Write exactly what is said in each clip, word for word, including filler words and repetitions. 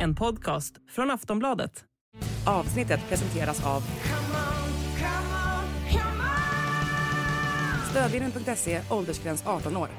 en podcast från Aftonbladet. Avsnittet presenteras av Stödvinnen punkt se, åldersgräns arton år.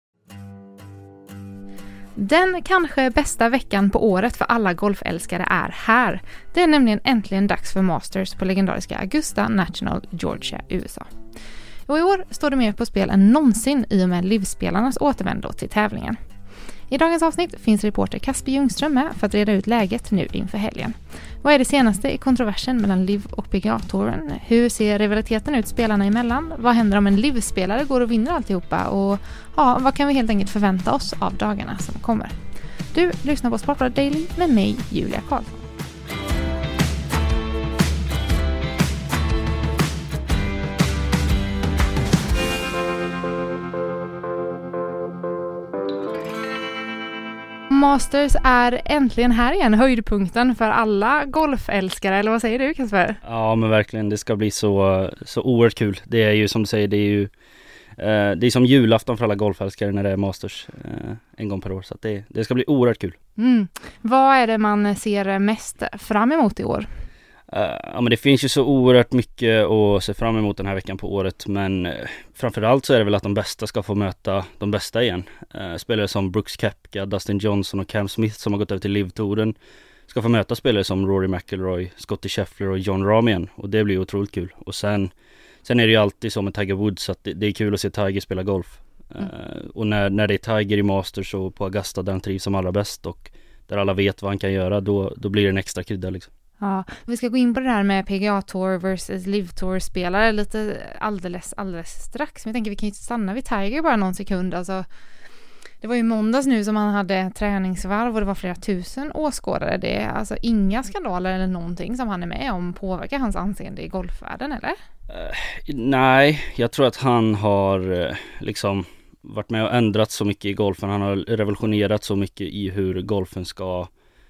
Den kanske bästa veckan på året för alla golfälskare är här. Det är nämligen äntligen dags för Masters på legendariska Augusta National, Georgia, U S A. Och i år står det mer på spel än någonsin i och med livsspelarnas återvändo till tävlingen. I dagens avsnitt finns reporter Kasper Ljungström med för att reda ut läget nu inför helgen. Vad är det senaste i kontroversen mellan Liv och P G A-touren? Hur ser rivaliteten ut spelarna emellan? Vad händer om en Liv-spelare går och vinner alltihopa? Och ja, vad kan vi helt enkelt förvänta oss av dagarna som kommer? Du lyssnar på Sportbladet Daily med mig, Julia Karlsson. Masters är äntligen här igen, höjdpunkten för alla golfälskare, eller vad säger du, Kasper? Ja, men verkligen, det ska bli så, så oerhört kul. Det är ju som du säger, det är ju eh, det är som julafton för alla golfälskare när det är Masters eh, en gång per år, så att det, det ska bli oerhört kul. Mm. Vad är det man ser mest fram emot i år? Uh, ja, men det finns ju så oerhört mycket att se fram emot den här veckan på året, men uh, framförallt så är det väl att de bästa ska få möta de bästa igen. Uh, spelare som Brooks Koepka, Dustin Johnson och Cam Smith som har gått över till Liv-touren ska få möta spelare som Rory McIlroy, Scottie Scheffler och Jon Rahm igen, och det blir otroligt kul. Och sen, sen är det ju alltid så med Tiger Woods att det, det är kul att se Tiger spela golf. Uh, mm. Och när, när det är Tiger i Masters och på Augusta där han trivs som allra bäst och där alla vet vad han kan göra, då, då blir det en extra krydda liksom. Ja, vi ska gå in på det här med P G A-tour versus Liv-tour-spelare lite alldeles, alldeles strax. Men jag tänker vi kan ju stanna vid Tiger bara någon sekund. Alltså, det var ju måndags nu som han hade träningsvarv och det var flera tusen åskådare. Det är alltså inga skandaler eller någonting som han är med om påverkar hans anseende i golfvärlden, eller? Uh, nej, jag tror att han har uh, liksom varit med och ändrat så mycket i golfen. Han har revolutionerat så mycket i hur golfen ska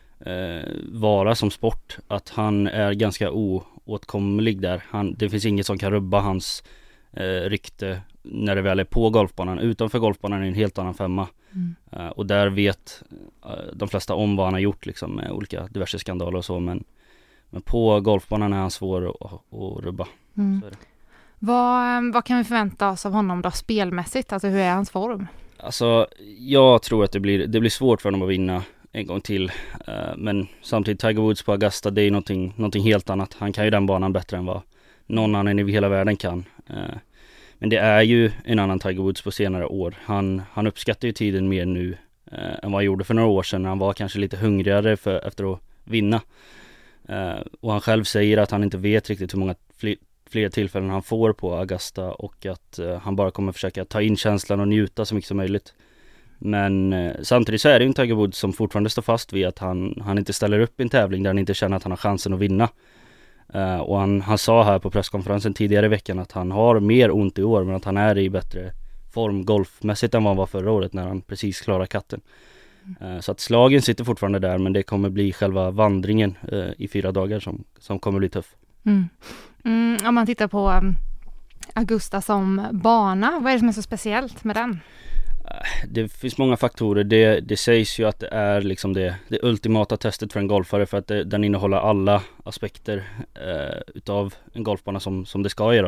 Eh, vara som sport, att han är ganska oåtkomlig där. Han, det finns inget som kan rubba hans eh, rykte när det väl är på golfbanan. Utanför golfbanan är det en helt annan femma. Mm. Eh, och där vet eh, de flesta om vad han har gjort liksom, med olika diverse skandaler och så, men, men på golfbanan är han svår att, att rubba. Mm. Så är det. Vad, vad kan vi förvänta oss av honom då spelmässigt? Alltså hur är hans form? Alltså jag tror att det blir, det blir svårt för honom att vinna en gång till, uh, men samtidigt Tiger Woods på Augusta, det är någonting, någonting helt annat. Han kan ju den banan bättre än vad någon annan i hela världen kan. Uh, men det är ju en annan Tiger Woods på senare år. Han, han uppskattar ju tiden mer nu uh, än vad han gjorde för några år sedan. Han var kanske lite hungrigare för, efter att vinna. Uh, och han själv säger att han inte vet riktigt hur många fler, fler tillfällen han får på Augusta och att uh, han bara kommer försöka ta in känslan och njuta så mycket som möjligt. Men eh, samtidigt så är det ju en Tiger Woods som fortfarande står fast vid att han, han inte ställer upp i en tävling där han inte känner att han har chansen att vinna. Uh, och han, han sa här på presskonferensen tidigare i veckan att han har mer ont i år, men att han är i bättre form golfmässigt än vad han var förra året när han precis klarade katten. Uh, så att slagen sitter fortfarande där, men det kommer bli själva vandringen uh, i fyra dagar som, som kommer bli tuff. Mm. Mm, om man tittar på um, Augusta som bana, vad är det som är så speciellt med den? Det finns många faktorer. Det, det sägs ju att det är liksom det, det ultimata testet för en golfare, för att det, den innehåller alla aspekter eh, utav en golfbana som, som det ska göra.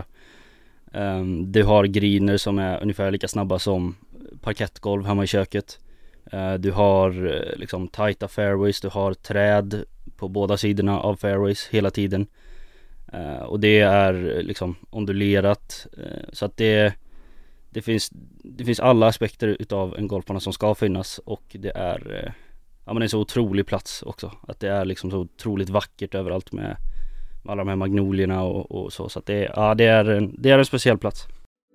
Um, du har greener som är ungefär lika snabba som parkettgolv hemma i köket. Uh, du har uh, liksom tajta fairways, du har träd på båda sidorna av fairways hela tiden. Uh, och det är liksom ondulerat. Uh, så att det Det finns, det finns alla aspekter utav en golfbana som ska finnas, och det är, ja, men det är en så otrolig plats också. Att det är liksom så otroligt vackert överallt med, med alla de här magnolierna och, och så. Så att det, ja, det, är en, det är en speciell plats.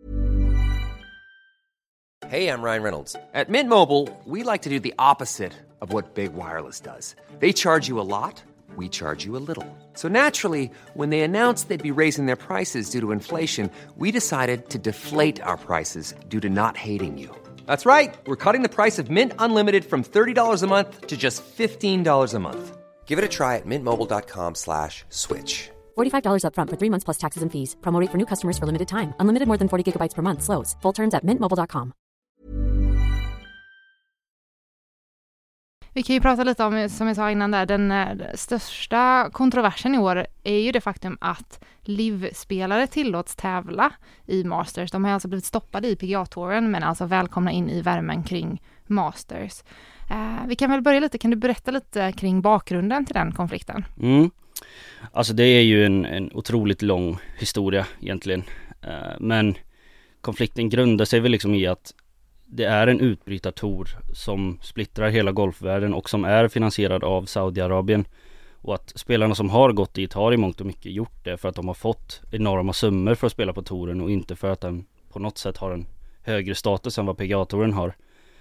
Hey, I'm Ryan Reynolds. At Mint Mobile, we like to do the opposite of what Big Wireless does. They charge you a lot. We charge you a little. So naturally, when they announced they'd be raising their prices due to inflation, we decided to deflate our prices due to not hating you. That's right. We're cutting the price of Mint Unlimited from thirty dollars a month to just fifteen dollars a month. Give it a try at mintmobile.com slash switch. forty-five dollars up front for three months plus taxes and fees. Promo rate for new customers for limited time. Unlimited more than forty gigabytes per month. Slows full terms at mint mobile dot com. Vi kan ju prata lite om, som jag sa innan där, den eh, största kontroversen i år är ju det faktum att LIV-spelare tillåts tävla i Masters. De har alltså blivit stoppade i P G A-touren men alltså välkomna in i värmen kring Masters. Eh, vi kan väl börja lite, kan du berätta lite kring bakgrunden till den konflikten? Mm. Alltså det är ju en, en otroligt lång historia egentligen. Eh, men konflikten grundar sig väl liksom i att det är en utbrytartour som splittrar hela golfvärlden och som är finansierad av Saudiarabien. Och att spelarna som har gått dit har i mångt och mycket gjort det för att de har fått enorma summor för att spela på touren och inte för att den på något sätt har en högre status än vad P G A-touren har.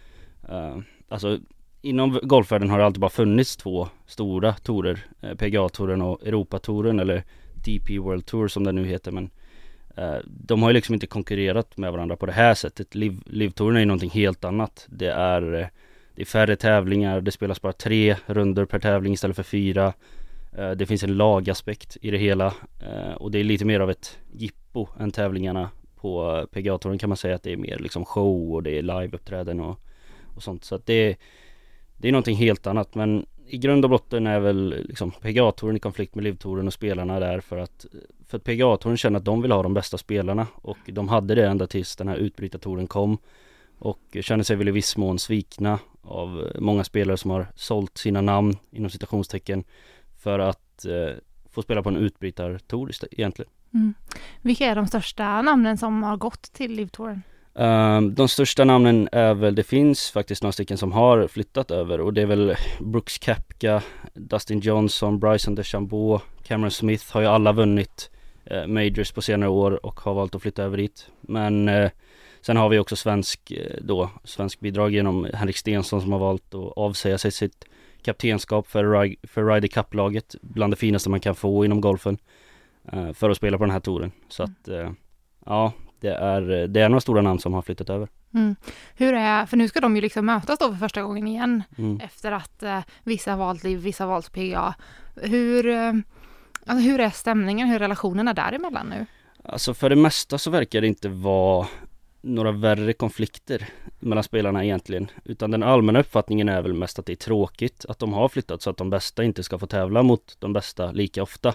Uh, alltså inom golfvärlden har det alltid bara funnits två stora tourer, uh, P G A-touren och Europatouren eller D P World Tour som det nu heter, men uh, de har ju liksom inte konkurrerat med varandra på det här sättet. Liv, Liv-touren är ju någonting helt annat. Det är, uh, det är färre tävlingar, det spelas bara tre runder per tävling istället för fyra. Uh, det finns en lagaspekt i det hela uh, och det är lite mer av ett jippo än tävlingarna på P G A-touren kan man säga, att det är mer liksom show och det är live-uppträden och, och sånt. Så att det, det är någonting helt annat, men i grund och botten är väl liksom P G A-touren i konflikt med Liv-touren och spelarna där för att, för att P G A-touren känner att de vill ha de bästa spelarna och de hade det ända tills den här utbrytartouren kom och känner sig väl i viss mån svikna av många spelare som har sålt sina namn inom citationstecken för att eh, få spela på en utbrytartour egentligen. Mm. Vilka är de största namnen som har gått till Liv-touren? Um, de största namnen är väl, det finns faktiskt några stycken som har flyttat över och det är väl Brooks Koepka, Dustin Johnson, Bryson DeChambeau, Cameron Smith har ju alla vunnit eh, majors på senare år och har valt att flytta över dit. Men eh, sen har vi också svensk, eh, då, svensk bidrag genom Henrik Stenson som har valt att avsäga sig sitt kaptenskap för, för Ryder Cup-laget, bland det finaste man kan få inom golfen, eh, för att spela på den här touren. Så att eh, ja, det är, det är några stora namn som har flyttat över. Mm. Hur är, för nu ska de ju liksom mötas då för första gången igen Mm. efter att eh, vissa har valt Liv, vissa har valt P G A. Hur, eh, alltså hur är stämningen, hur är relationerna däremellan nu? Alltså för det mesta så verkar det inte vara några värre konflikter mellan spelarna egentligen, utan den allmänna uppfattningen är väl mest att det är tråkigt att de har flyttat så att de bästa inte ska få tävla mot de bästa lika ofta.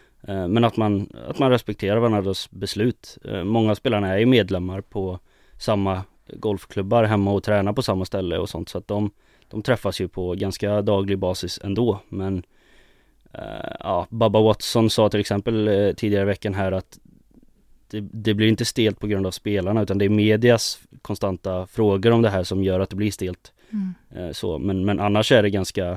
Men att man, att man respekterar varandras beslut. Många av spelarna är ju medlemmar på samma golfklubbar hemma och tränar på samma ställe och sånt, så att de, de träffas ju på ganska daglig basis ändå. Men äh, ja, Bubba Watson sa till exempel äh, tidigare i veckan här att det, det blir inte stelt på grund av spelarna, utan det är medias konstanta frågor om det här som gör att det blir stelt. Mm. Äh, så, men, men annars är det ganska,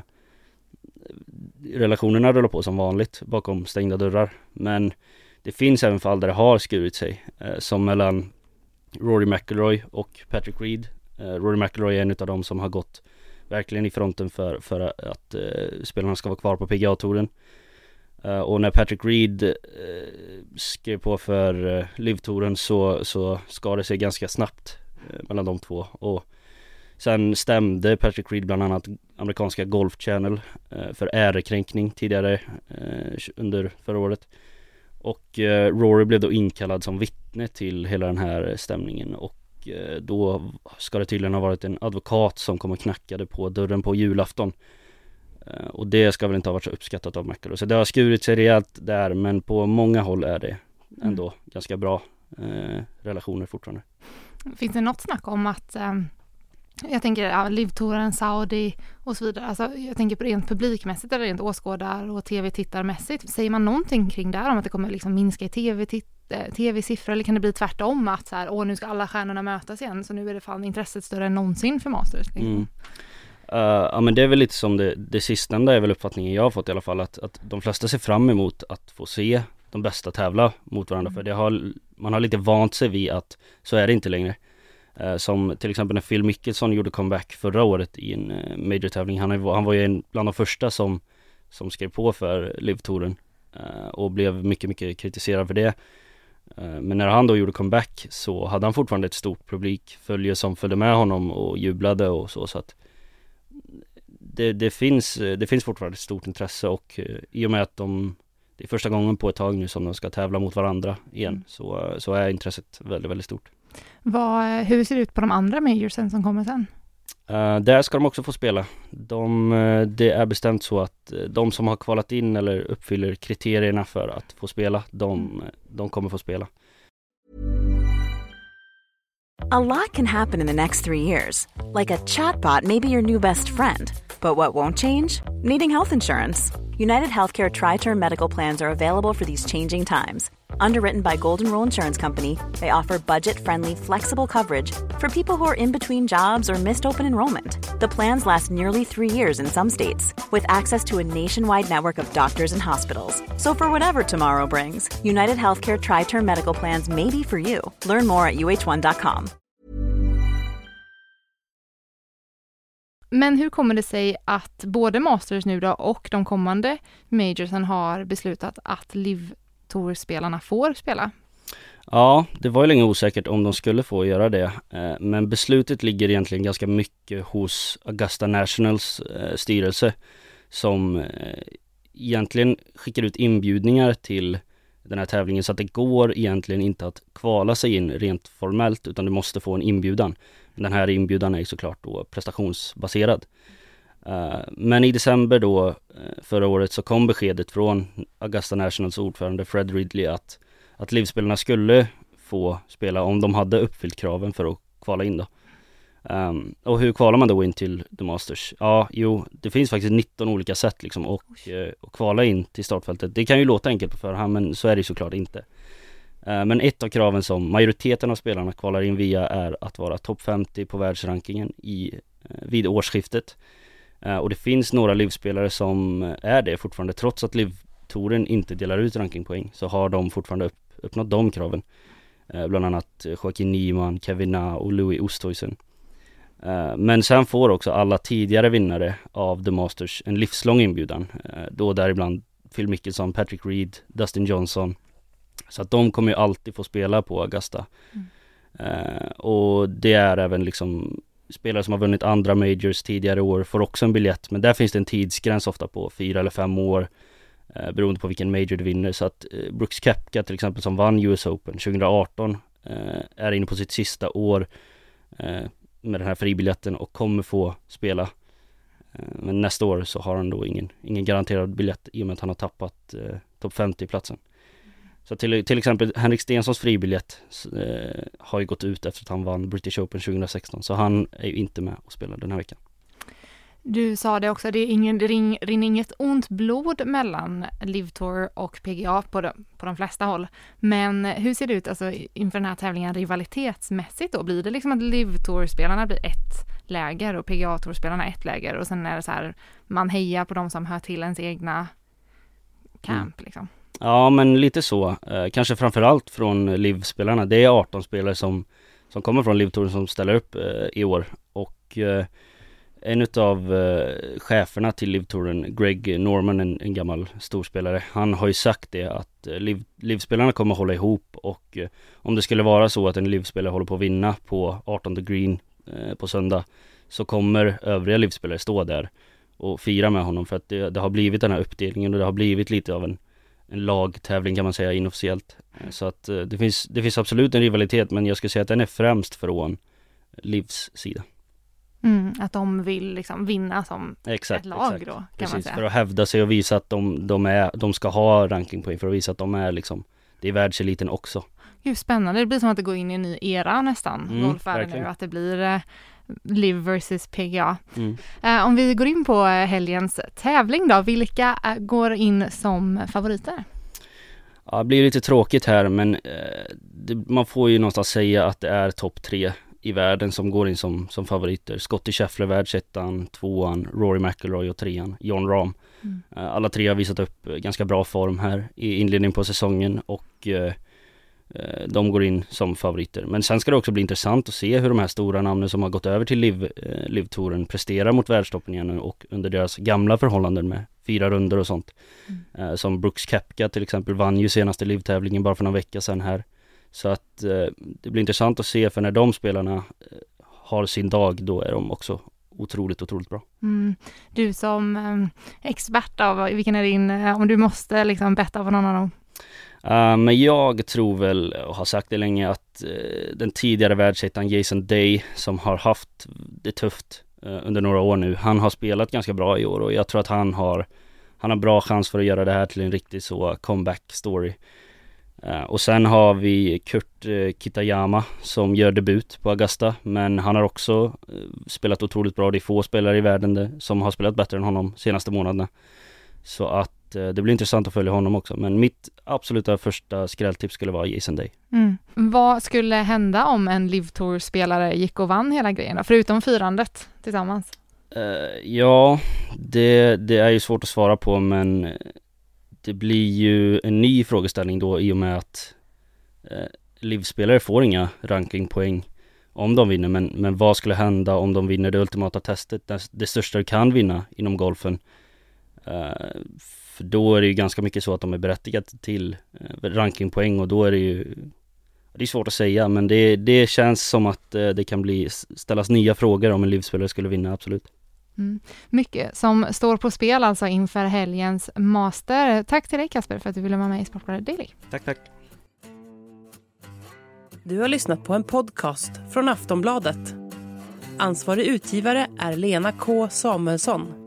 relationerna rullar på som vanligt bakom stängda dörrar. Men det finns även fall där det har skurit sig, eh, som mellan Rory McIlroy och Patrick Reed. eh, Rory McIlroy är en av dem som har gått verkligen i fronten för, för att eh, spelarna ska vara kvar på P G A-touren. eh, och när Patrick Reed eh, skrev på för eh, Liv-touren så, så skar det sig ganska snabbt eh, mellan de två, och sen stämde Patrick Reed bland annat amerikanska Golf Channel eh, för ärekränkning tidigare eh, under förra året. Och eh, Rory blev då inkallad som vittne till hela den här stämningen, och eh, då ska det tydligen ha varit en advokat som kom och knackade på dörren på julafton. Eh, och det ska väl inte ha varit så uppskattat av McIlroy. Så det har skurit sig rejält där, men på många håll är det ändå mm. ganska bra eh, relationer fortfarande. Finns det något snack om att eh... jag tänker ja, Liv-touren, Saudi och så vidare. Alltså, jag tänker på rent publikmässigt eller rent åskådar- och tv-tittarmässigt. Säger man någonting kring det här om att det kommer liksom minska i tv-titt- tv-siffror, eller kan det bli tvärtom att så här, åh, nu ska alla stjärnorna mötas igen, så nu är det fan intresset större än någonsin för Masters? Liksom. Mm. Uh, ja, men det är väl lite som det, det sistnämnda är väl uppfattningen jag har fått i alla fall, att, att de flesta ser fram emot att få se de bästa tävla mot varandra, mm. för det har, man har lite vant sig vid att så är det inte längre. Uh, som till exempel när Phil Mickelson gjorde comeback förra året i en uh, major-tävling. Han, han var ju en bland de första som, som skrev på för Liv-touren uh, och blev mycket, mycket kritiserad för det. Uh, men när han då gjorde comeback så hade han fortfarande ett stort publikfölje som följde med honom och jublade och så. Så att det, det, finns, det finns fortfarande ett stort intresse, och uh, i och med att de, det är första gången på ett tag nu som de ska tävla mot varandra igen, mm. så, så är intresset väldigt, väldigt stort. Vad, hur ser det ut på de andra majorsen som kommer sen? Uh, där ska de också få spela. De, uh, det är bestämt så att uh, de som har kvalat in eller uppfyller kriterierna för att få spela, de, uh, de kommer få spela. A lot can happen in the next three years. Like a chatbot may be your new best friend. But what won't change? Needing health insurance. United Healthcare Tri-Term Medical Plans are available for these changing times. Underwritten by Golden Rule Insurance Company, they offer budget-friendly, flexible coverage for people who are in between jobs or missed open enrollment. The plans last nearly three years in some states, with access to a nationwide network of doctors and hospitals. So for whatever tomorrow brings, United Healthcare Tri-Term Medical Plans may be for you. Learn more at U H one dot com. Men hur kommer det sig att både Masters nu då och de kommande majorsen har beslutat att Live Tour-spelarna får spela? Ja, det var ju länge osäkert om de skulle få göra det. Men beslutet ligger egentligen ganska mycket hos Augusta Nationals styrelse som egentligen skickar ut inbjudningar till den här tävlingen, så att det går egentligen inte att kvala sig in rent formellt, utan du måste få en inbjudan. Den här inbjudan är såklart då prestationsbaserad. Uh, men i december då uh, förra året så kom beskedet från Augusta Nationals ordförande Fred Ridley att, att livspelarna skulle få spela om de hade uppfyllt kraven för att kvala in då. Um, och hur kvalar man då in till The Masters? Ja, jo, det finns faktiskt nitton olika sätt liksom och, uh, och kvala in till startfältet. Det kan ju låta enkelt på förhand, men så är det såklart inte. Uh, men ett av kraven som majoriteten av spelarna kvalar in via är att vara topp femtio på världsrankingen i, uh, vid årsskiftet. Uh, och det finns några livspelare som är det fortfarande, trots att Live-touren inte delar ut rankingpoäng, så har de fortfarande upp, uppnått de kraven. Uh, bland annat Joaquin Niemann, Kevin Na och Louis Oosthuizen. Uh, men sen får också alla tidigare vinnare av The Masters en livslång inbjudan. Uh, då däribland Phil Mickelson, Patrick Reed, Dustin Johnson. Så att de kommer ju alltid få spela på Augusta. Mm. Uh, och det är även liksom spelare som har vunnit andra majors tidigare år får också en biljett, men där finns det en tidsgräns ofta på fyra eller fem år eh, beroende på vilken major du vinner. Så att eh, Brooks Koepka till exempel, som vann U S Open tjugo arton, eh, är inne på sitt sista år eh, med den här fribiljetten och kommer få spela. Eh, men nästa år så har han då ingen, ingen garanterad biljett i och med att han har tappat eh, topp femtio-platsen. Så till, till exempel Henrik Stensons fribiljett eh, har ju gått ut efter att han vann British Open tjugo sexton. Så han är ju inte med och spelar den här veckan. Du sa det också, det, är ingen, det ring, rinner inget ont blod mellan Live Tour och P G A på de, på de flesta håll. Men hur ser det ut alltså, inför den här tävlingen rivalitetsmässigt då? Blir det liksom att Live Tour-spelarna blir ett läger och P G A Tour-spelarna ett läger? Och sen är det så här, man hejar på de som hör till ens egna camp mm. liksom. Ja, men lite så. Eh, kanske framförallt från Live-spelarna. Det är arton spelare som, som kommer från Live-touren som ställer upp eh, i år. Och eh, en av eh, cheferna till Live-touren, Greg Norman, en, en gammal storspelare, han har ju sagt det att eh, Live, Live-spelarna kommer hålla ihop. Och eh, om det skulle vara så att en Live-spelare håller på att vinna på artonde green eh, på söndag, så kommer övriga Live-spelare stå där och fira med honom. För att det, det har blivit den här uppdelningen och det har blivit lite av en en lagtävling kan man säga inofficiellt. Så att uh, det finns det finns absolut en rivalitet, men jag skulle säga att den är främst från Livs sida. Mm, att de vill liksom vinna som exakt, ett lag exakt. då, kan Precis, man säga. För att hävda sig och visa att de, de, är, de ska ha rankingpoäng, för att visa att de är liksom, det är världseliten också. Gud, spännande. Det blir som att det går in i en ny era nästan. Mm, golfvärlden nu, att det blir eh, Live versus P G A. Mm. Eh, om vi går in på eh, helgens tävling då, vilka eh, går in som favoriter? Ja, det blir lite tråkigt här, men eh, det, man får ju någonstans säga att det är topp tre i världen som går in som, som favoriter. Scottie Scheffler, världsettan, tvåan, Rory McIlroy och trean, Jon Rahm. Mm. Eh, alla tre har visat upp ganska bra form här i inledningen på säsongen och eh, de går in som favoriter. Men sen ska det också bli intressant att se hur de här stora namnen som har gått över till Live, eh, Live-touren presterar mot världstoppen igen och under deras gamla förhållanden med fyra runder och sånt. Mm. Eh, som Brooks Koepka till exempel vann ju senaste Live-tävlingen bara för några veckor sedan här. Så att eh, det blir intressant att se, för när de spelarna eh, har sin dag, då är de också otroligt, otroligt bra. Mm. Du som eh, expert av vilken är din, eh, om du måste liksom betta på någon av dem? Uh, men jag tror väl, och har sagt det länge, att uh, den tidigare världsettan Jason Day, som har haft det tufft eh, under några år nu. Han har spelat ganska bra i år och jag tror att han har han har bra chans för att göra det här till en riktig så comeback story. Uh, och sen har vi Kurt uh, Kitayama som gör debut på Augusta, men han har också uh, spelat otroligt bra. Det är få spelare i världen där, som har spelat bättre än honom senaste månaderna. Så att uh, det blir intressant att följa honom också. Men mitt absoluta första skrälltips skulle vara Jason Day. Mm. Vad skulle hända om en Live Tour-spelare gick och vann hela grejen då, förutom firandet tillsammans? Uh, ja, det, det är ju svårt att svara på, men det blir ju en ny frågeställning då i och med att eh, livspelare får inga rankingpoäng om de vinner. Men, men vad skulle hända om de vinner det ultimata testet? Det, det största du kan vinna inom golfen. Eh, för då är det ju ganska mycket så att de är berättigade till eh, rankingpoäng och då är det ju det är svårt att säga. Men det, det känns som att eh, det kan bli ställas nya frågor om en livspelare skulle vinna, absolut. Mm. Mycket som står på spel alltså inför helgens master. Tack till dig Kasper för att du ville vara med i Sportbladet Daily. Tack, tack. Du har lyssnat på en podcast från Aftonbladet. Ansvarig utgivare är Lena K. Samuelsson.